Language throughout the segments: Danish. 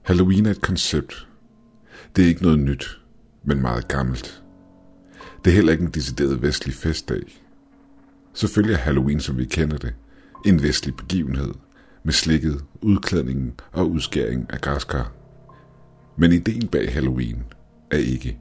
Halloween er et koncept. Det er ikke noget nyt, men meget gammelt. Det er heller ikke en decideret vestlig festdag. Selvfølgelig er Halloween, som vi kender det, en vestlig begivenhed med slikket, udklædningen og udskæring af græskar. Men ideen bag Halloween er ikke.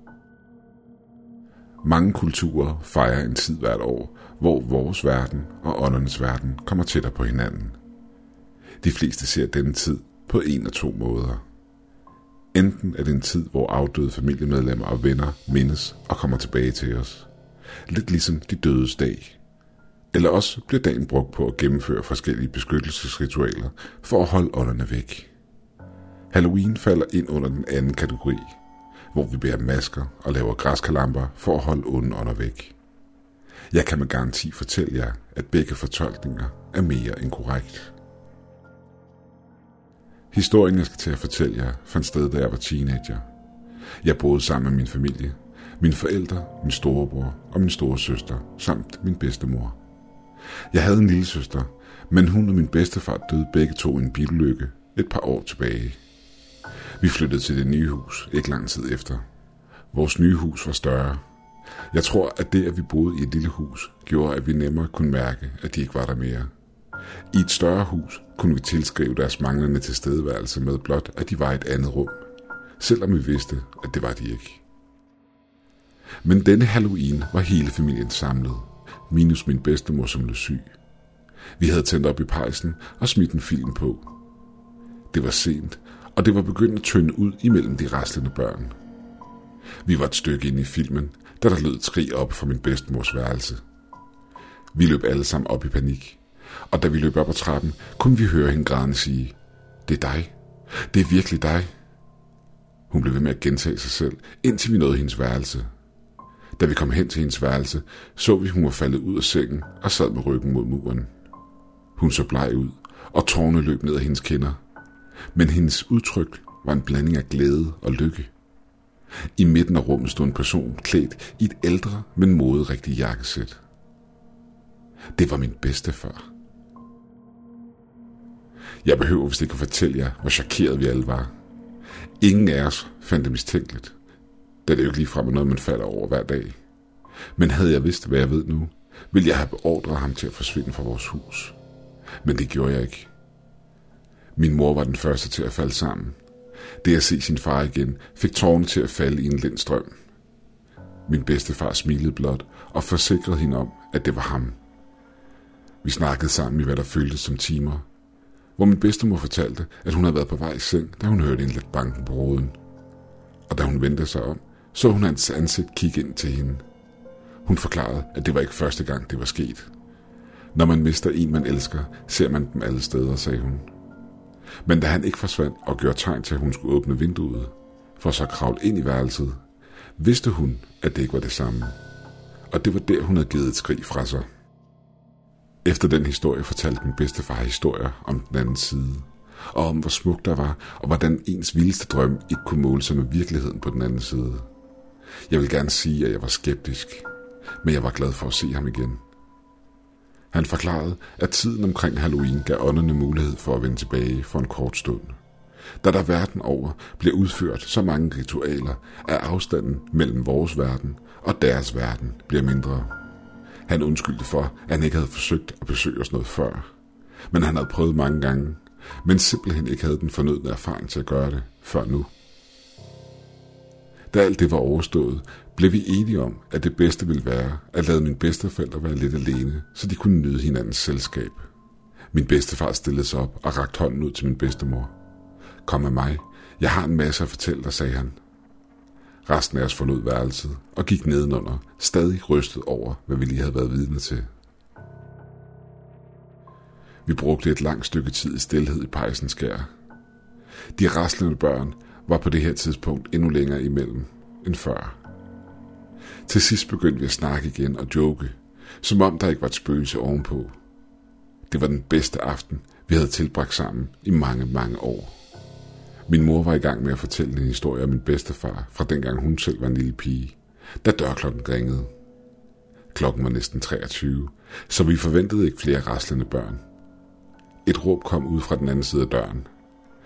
Mange kulturer fejrer en tid hvert år, hvor vores verden og åndernes verden kommer tættere på hinanden. De fleste ser denne tid på en af to måder. Enten er det en tid, hvor afdøde familiemedlemmer og venner mindes og kommer tilbage til os. Lidt ligesom de dødes dag. Eller også bliver dagen brugt på at gennemføre forskellige beskyttelsesritualer for at holde ånderne væk. Halloween falder ind under den anden kategori, hvor vi bærer masker og laver græskarlamper for at holde onde ånder væk. Jeg kan med garanti fortælle jer, at begge fortolkninger er mere end korrekt. Historien, jeg skal til at fortælle jer, fandt sted, da jeg var teenager. Jeg boede sammen med min familie, mine forældre, min storebror og min store søster, samt min bedstemor. Jeg havde en lille søster, men hun og min bedstefar døde begge to i en bilulykke et par år tilbage. Vi flyttede til det nye hus ikke lang tid efter. Vores nye hus var større. Jeg tror, at det, at vi boede i et lille hus, gjorde, at vi nemmere kunne mærke, at de ikke var der mere. I et større hus kunne vi tilskrive deres manglende tilstedeværelse med blot, at de var i et andet rum, selvom vi vidste, at det var de ikke. Men denne Halloween var hele familien samlet, minus min bedstemor, som blev syg. Vi havde tændt op i pejsen og smidt en film på. Det var sent, og det var begyndt at tynde ud imellem de raslende børn. Vi var et stykke inde i filmen, da der lød et skrig op fra min bedstemors værelse. Vi løb alle sammen op i panik, og da vi løb op ad trappen, kunne vi høre hende grædende sige, "Det er dig. Det er virkelig dig." Hun blev ved med at gentage sig selv, indtil vi nåede hendes værelse. Da vi kom hen til hendes værelse, så vi, hun var faldet ud af sengen og sad med ryggen mod muren. Hun så bleg ud, og tårerne løb ned ad hendes kinder. Men hendes udtryk var en blanding af glæde og lykke. I midten af rummet stod en person klædt i et ældre, men moderigtigt jakkesæt. Det var min bedstefar. Jeg behøver vist ikke at fortælle jer, hvor chokeret vi alle var. Ingen af os fandt det mistænkeligt, da det jo ikke ligefrem er noget, man falder over hver dag. Men havde jeg vidst, hvad jeg ved nu, ville jeg have beordret ham til at forsvinde fra vores hus. Men det gjorde jeg ikke. Min mor var den første til at falde sammen. Det at se sin far igen fik tårerne til at falde i en lind strøm. Min bedstefar smilede blot og forsikrede hende om, at det var ham. Vi snakkede sammen i hvad der føltes som timer, hvor min bedstemor fortalte, at hun havde været på vej i seng, da hun hørte en let banken på ruden. Og da hun vendte sig om, så hun hans ansigt kigge ind til hende. Hun forklarede, at det var ikke første gang, det var sket. Når man mister en, man elsker, ser man dem alle steder, sagde hun. Men da han ikke forsvandt og gjorde tegn til, at hun skulle åbne vinduet, for så kravle ind i værelset, vidste hun, at det ikke var det samme. Og det var der, hun havde givet et skrig fra sig. Efter den historie fortalte min bedstefar historier om den anden side, og om hvor smukt der var, og hvordan ens vildeste drøm ikke kunne måle sig med virkeligheden på den anden side. Jeg vil gerne sige, at jeg var skeptisk, men jeg var glad for at se ham igen. Han forklarede, at tiden omkring Halloween gav ånderne mulighed for at vende tilbage for en kort stund. Da der verden over blev udført så mange ritualer, at afstanden mellem vores verden og deres verden bliver mindre. Han undskyldte for, at han ikke havde forsøgt at besøge os noget før. Men han havde prøvet mange gange, men simpelthen ikke havde den fornødne erfaring til at gøre det før nu. Da alt det var overstået, blev vi enige om, at det bedste ville være at lade mine bedsteforældre være lidt alene, så de kunne nyde hinandens selskab. Min bedstefar stillede sig op og rakte hånden ud til min bedstemor. "Kom med mig. Jeg har en masse at fortælle dig," sagde han. Resten af os forlod værelset og gik nedenunder, stadig rystet over, hvad vi lige havde været vidne til. Vi brugte et langt stykke tid i stilhed i pejsens skær. De raslende børn var på det her tidspunkt endnu længere imellem end før. Til sidst begyndte vi at snakke igen og joke, som om der ikke var et spøgelse ovenpå. Det var den bedste aften, vi havde tilbragt sammen i mange, mange år. Min mor var i gang med at fortælle en historie om min bedstefar, fra dengang hun selv var en lille pige, da dørklokken ringede. Klokken var næsten 23, så vi forventede ikke flere raslende børn. Et råb kom ud fra den anden side af døren.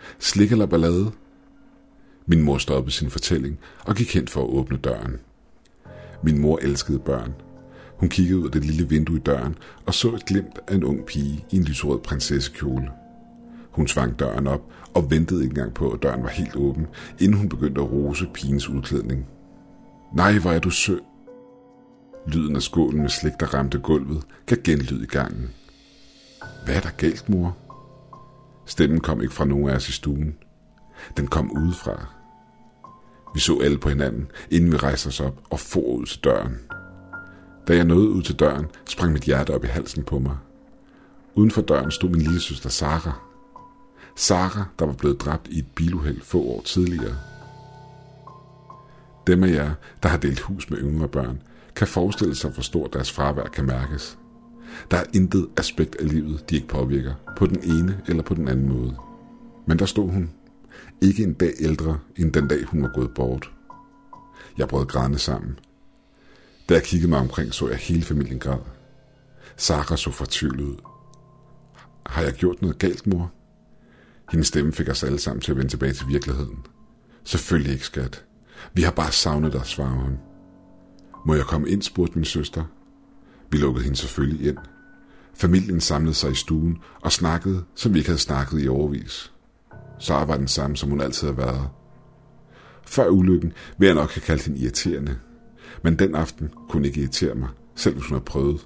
Slik eller ballade? Min mor stoppede sin fortælling og gik hen for at åbne døren. Min mor elskede børn. Hun kiggede ud af det lille vindue i døren og så et glimt af en ung pige i en lyserød prinsessekjole. Hun svang døren op og ventede ikke engang på, at døren var helt åben, inden hun begyndte at rose pigens udklædning. Nej, hvor er du sød. Lyden af skålen med slik, der ramte gulvet, gav genlyd i gangen. Hvad er der galt, mor? Stemmen kom ikke fra nogen af os i stuen. Den kom udefra. Vi så alle på hinanden, inden vi rejste os op og for ud til døren. Da jeg nåede ud til døren, sprang mit hjerte op i halsen på mig. Uden for døren stod min lille søster Sara. Sara, der var blevet dræbt i et biluheld få år tidligere. Dem af jer, der har delt hus med yngre børn, kan forestille sig, hvor stort deres fravær kan mærkes. Der er intet aspekt af livet, de ikke påvirker, på den ene eller på den anden måde. Men der stod hun, ikke en dag ældre, end den dag hun var gået bort. Jeg brød grædende sammen. Da jeg kiggede mig omkring, så jeg hele familien græd. Sara så fortvivlet ud. Har jeg gjort noget galt, mor? Hendes stemme fik os alle sammen til at vende tilbage til virkeligheden. Selvfølgelig ikke, skat. Vi har bare savnet dig, svarede hun. Må jeg komme ind, spurgte min søster. Vi lukkede hende selvfølgelig ind. Familien samlede sig i stuen og snakkede, som vi ikke havde snakket i årevis. Sara var den samme, som hun altid har været. Før ulykken ville jeg nok have kaldt hende irriterende. Men den aften kunne hun ikke irritere mig, selv hvis hun havde prøvet.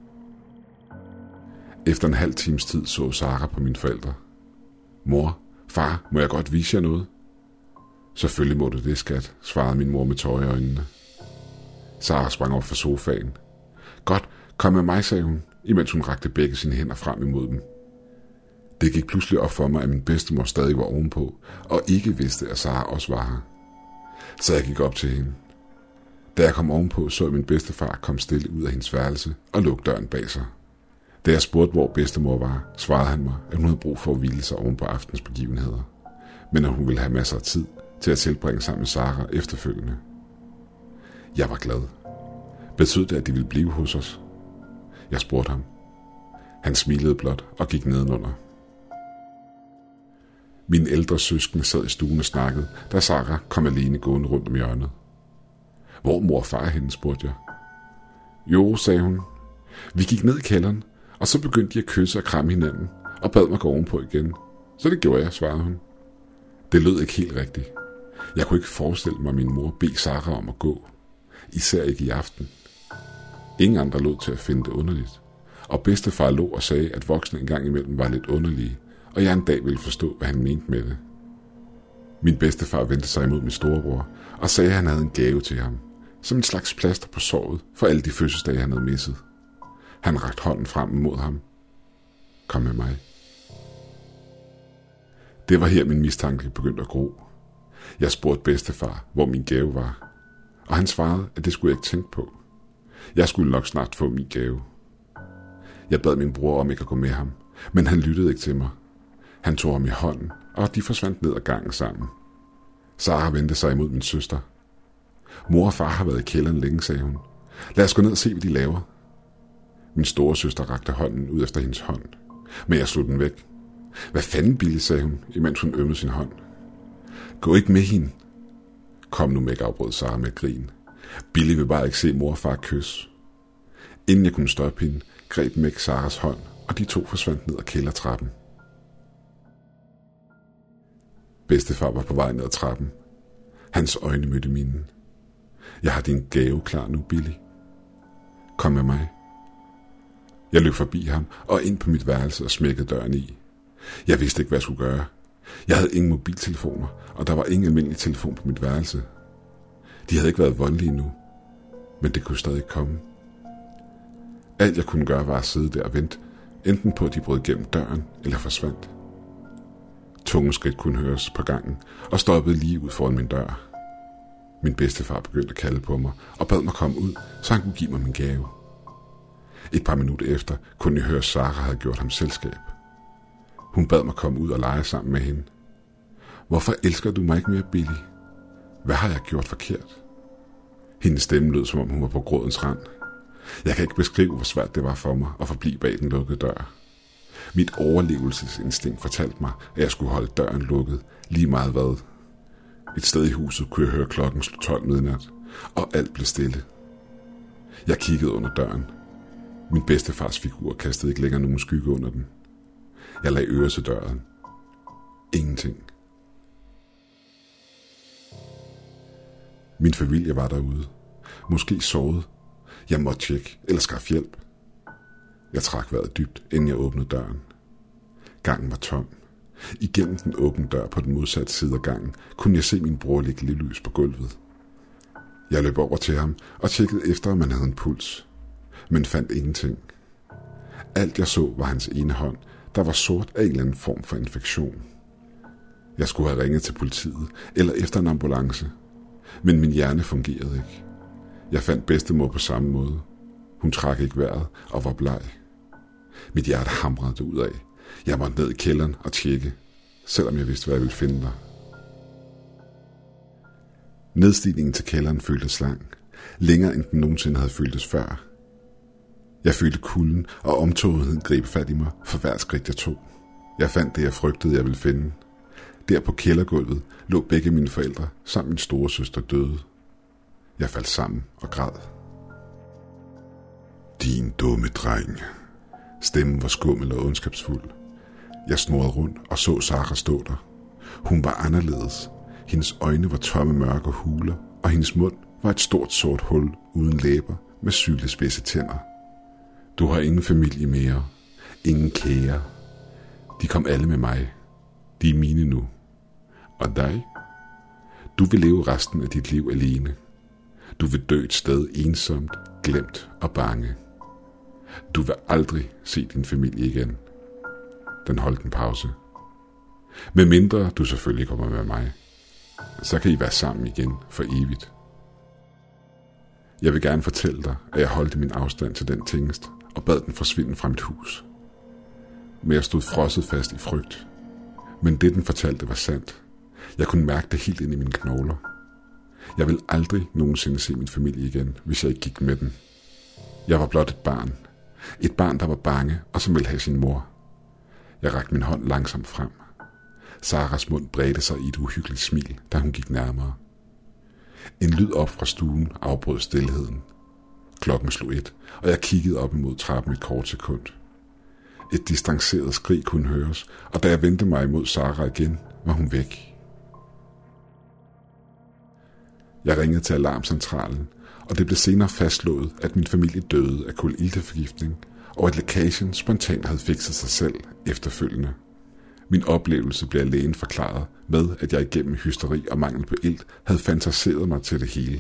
Efter en halv times tid så Sara på mine forældre. Mor, far, må jeg godt vise jer noget? Selvfølgelig må du det, skat, svarede min mor med tårer i øjnene. Sara sprang op fra sofaen. Godt, kom med mig, sagde hun, imens hun rakte begge sine hænder frem imod dem. Det gik pludselig op for mig, at min bedstemor stadig var ovenpå, og ikke vidste, at Sara også var her. Så jeg gik op til hende. Da jeg kom ovenpå, så jeg min bedstefar komme stille ud af hendes værelse og lukke døren bag sig. Da jeg spurgte, hvor bedstemor var, svarede han mig, at hun havde brug for at hvile sig oven på aftens begivenheder, men at hun ville have masser af tid til at tilbringe sammen med Sara efterfølgende. Jeg var glad. Betød det, at de ville blive hos os? Jeg spurgte ham. Han smilede blot og gik nedenunder. Mine ældre søskende sad i stuen og snakkede, da Sara kom alene gående rundt om hjørnet. Hvor mor og far er henne, spurgte jeg. Jo, sagde hun. Vi gik ned i kælderen, og så begyndte de at kysse og kramme hinanden, og bad mig gå ovenpå igen. Så det gjorde jeg, svarede hun. Det lød ikke helt rigtigt. Jeg kunne ikke forestille mig, at min mor bed Sara om at gå. Især ikke i aften. Ingen andre lod til at finde det underligt. Og bedstefar lå og sagde, at voksne engang imellem var lidt underlige, og jeg en dag ville forstå, hvad han mente med det. Min bedstefar vendte sig imod min storebror og sagde, at han havde en gave til ham, som en slags plaster på såret for alle de fødselsdage, han havde misset. Han rakte hånden frem mod ham. Kom med mig. Det var her min mistanke begyndte at gro. Jeg spurgte bedstefar, hvor min gave var, og han svarede, at det skulle jeg ikke tænke på. Jeg skulle nok snart få min gave. Jeg bad min bror om ikke at gå med ham, men han lyttede ikke til mig. Han tog ham i hånden, og de forsvandt ned ad gangen sammen. Sara vendte sig imod min søster. Mor og far har været i kælderen længe, sagde hun. Lad os gå ned og se, hvad de laver. Min store søster rakte hånden ud efter hendes hånd, men jeg slog den væk. Hvad fanden, Billy, sagde hun, imens hun ømmede sin hånd. Gå ikke med hende. Kom nu, Meg, afbrød Sara med et grin. Billy vil bare ikke se mor og far kysse. Inden jeg kunne stoppe hende, greb Meg Saras hånd, og de to forsvandt ned ad kældertrappen. Bedstefar var på vej ned ad trappen. Hans øjne mødte mine. Jeg har din gave klar nu, Billy. Kom med mig. Jeg løb forbi ham og ind på mit værelse og smækkede døren i. Jeg vidste ikke, hvad jeg skulle gøre. Jeg havde ingen mobiltelefoner, og der var ingen almindelig telefon på mit værelse. De havde ikke været voldelige endnu, men det kunne stadig komme. Alt jeg kunne gøre var at sidde der og vente, enten på at de brød gennem døren eller forsvandt. Tunge skridt kunne høres på gangen og stoppede lige ud foran min dør. Min bedstefar begyndte at kalde på mig og bad mig komme ud, så han kunne give mig min gave. Et par minutter efter kunne jeg høre, at Sara havde gjort ham selskab. Hun bad mig komme ud og lege sammen med hende. Hvorfor elsker du mig ikke mere, Billy? Hvad har jeg gjort forkert? Hendes stemme lød, som om hun var på grådens rand. Jeg kan ikke beskrive, hvor svært det var for mig at forblive bag den lukkede dør. Mit overlevelsesinstinkt fortalte mig, at jeg skulle holde døren lukket, lige meget hvad. Et sted i huset kunne jeg høre klokken slå 12 midnat, og alt blev stille. Jeg kiggede under døren. Min bedstefars figur kastede ikke længere nogen skygge under den. Jeg lagde øre til døren. Ingenting. Min familie var derude. Måske sovet. Jeg måtte tjekke eller skaffe hjælp. Jeg trak vejret dybt, inden jeg åbnede døren. Gangen var tom. Igennem den åbne dør på den modsatte side af gangen kunne jeg se min bror ligge livløs på gulvet. Jeg løb over til ham og tjekkede efter, om han havde en puls, men fandt ingenting. Alt jeg så var hans ene hånd, der var sort af en eller anden form for infektion. Jeg skulle have ringet til politiet eller efter en ambulance, men min hjerne fungerede ikke. Jeg fandt bedstemor på samme måde. Hun trak ikke vejret og var bleg. Mit hjerte hamrede derudad. Jeg måtte ned i kælderen og tjekke, selvom jeg vidste, hvad jeg ville finde der. Nedstigningen til kælderen føltes lang, længere end den nogensinde havde føltes før. Jeg følte kulden og omtogetheden gribe fat i mig for hvert skridt jeg tog. Jeg fandt det, jeg frygtede, jeg ville finde. Der på kældergulvet lå begge mine forældre, samt min store søster døde. Jeg faldt sammen og græd. Din dumme dreng. Stemmen var skummel og ondskabsfuld. Jeg snurrede rundt og så Sara stå der. Hun var anderledes. Hendes øjne var tomme mørke huler, og hendes mund var et stort sort hul uden læber med sylespidse tænder. Du har ingen familie mere. Ingen kære. De kom alle med mig. De er mine nu. Og dig? Du vil leve resten af dit liv alene. Du vil dø et sted ensomt, glemt og bange. Du vil aldrig se din familie igen. Den holdt en pause. Med mindre du selvfølgelig kommer med mig, så kan I være sammen igen for evigt. Jeg vil gerne fortælle dig, at jeg holdt min afstand til den tingest og bad den forsvinde fra mit hus. Men jeg stod frosset fast i frygt. Men det den fortalte var sandt. Jeg kunne mærke det helt ind i mine knogler. Jeg ville aldrig nogensinde se min familie igen, hvis jeg ikke gik med den. Jeg var blot et barn. Et barn, der var bange og som ville have sin mor. Jeg rakte min hånd langsomt frem. Saras mund bredte sig i et uhyggeligt smil, da hun gik nærmere. En lyd op fra stuen afbrød stilheden. Klokken slog 1, og jeg kiggede op imod trappen et kort sekund. Et distanceret skrig kunne høres, og da jeg vendte mig imod Sara igen, var hun væk. Jeg ringede til alarmcentralen, og det blev senere fastslået, at min familie døde af kulilteforgiftning, og at lækagen spontant havde fikset sig selv efterfølgende. Min oplevelse blev alene forklaret med, at jeg igennem hysteri og mangel på ilt havde fantaseret mig til det hele.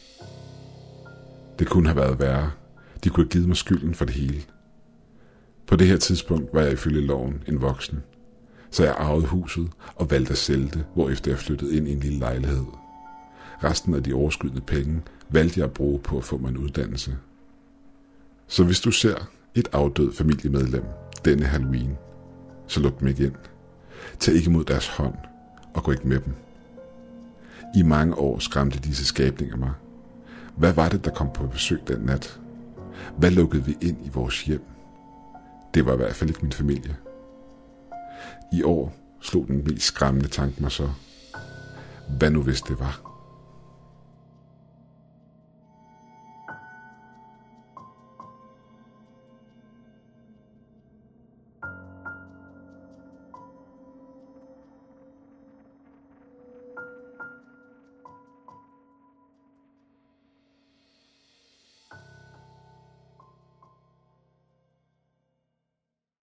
Det kunne have været værre. De kunne have givet mig skylden for det hele. På det her tidspunkt var jeg ifølge loven en voksen, så jeg arvede huset og valgte at sælge det, hvorefter jeg flyttede ind i en lille lejlighed. Resten af de overskydende penge valgte jeg at bruge på at få mig en uddannelse. Så hvis du ser et afdød familiemedlem denne Halloween, så luk dem ikke ind. Tag ikke imod deres hånd og gå ikke med dem. I mange år skræmte disse skabninger mig. Hvad var det, der kom på besøg den nat? Hvad lukkede vi ind i vores hjem? Det var i hvert fald ikke min familie. I år slog den mest skræmmende tanke mig så. Hvad nu hvis det var?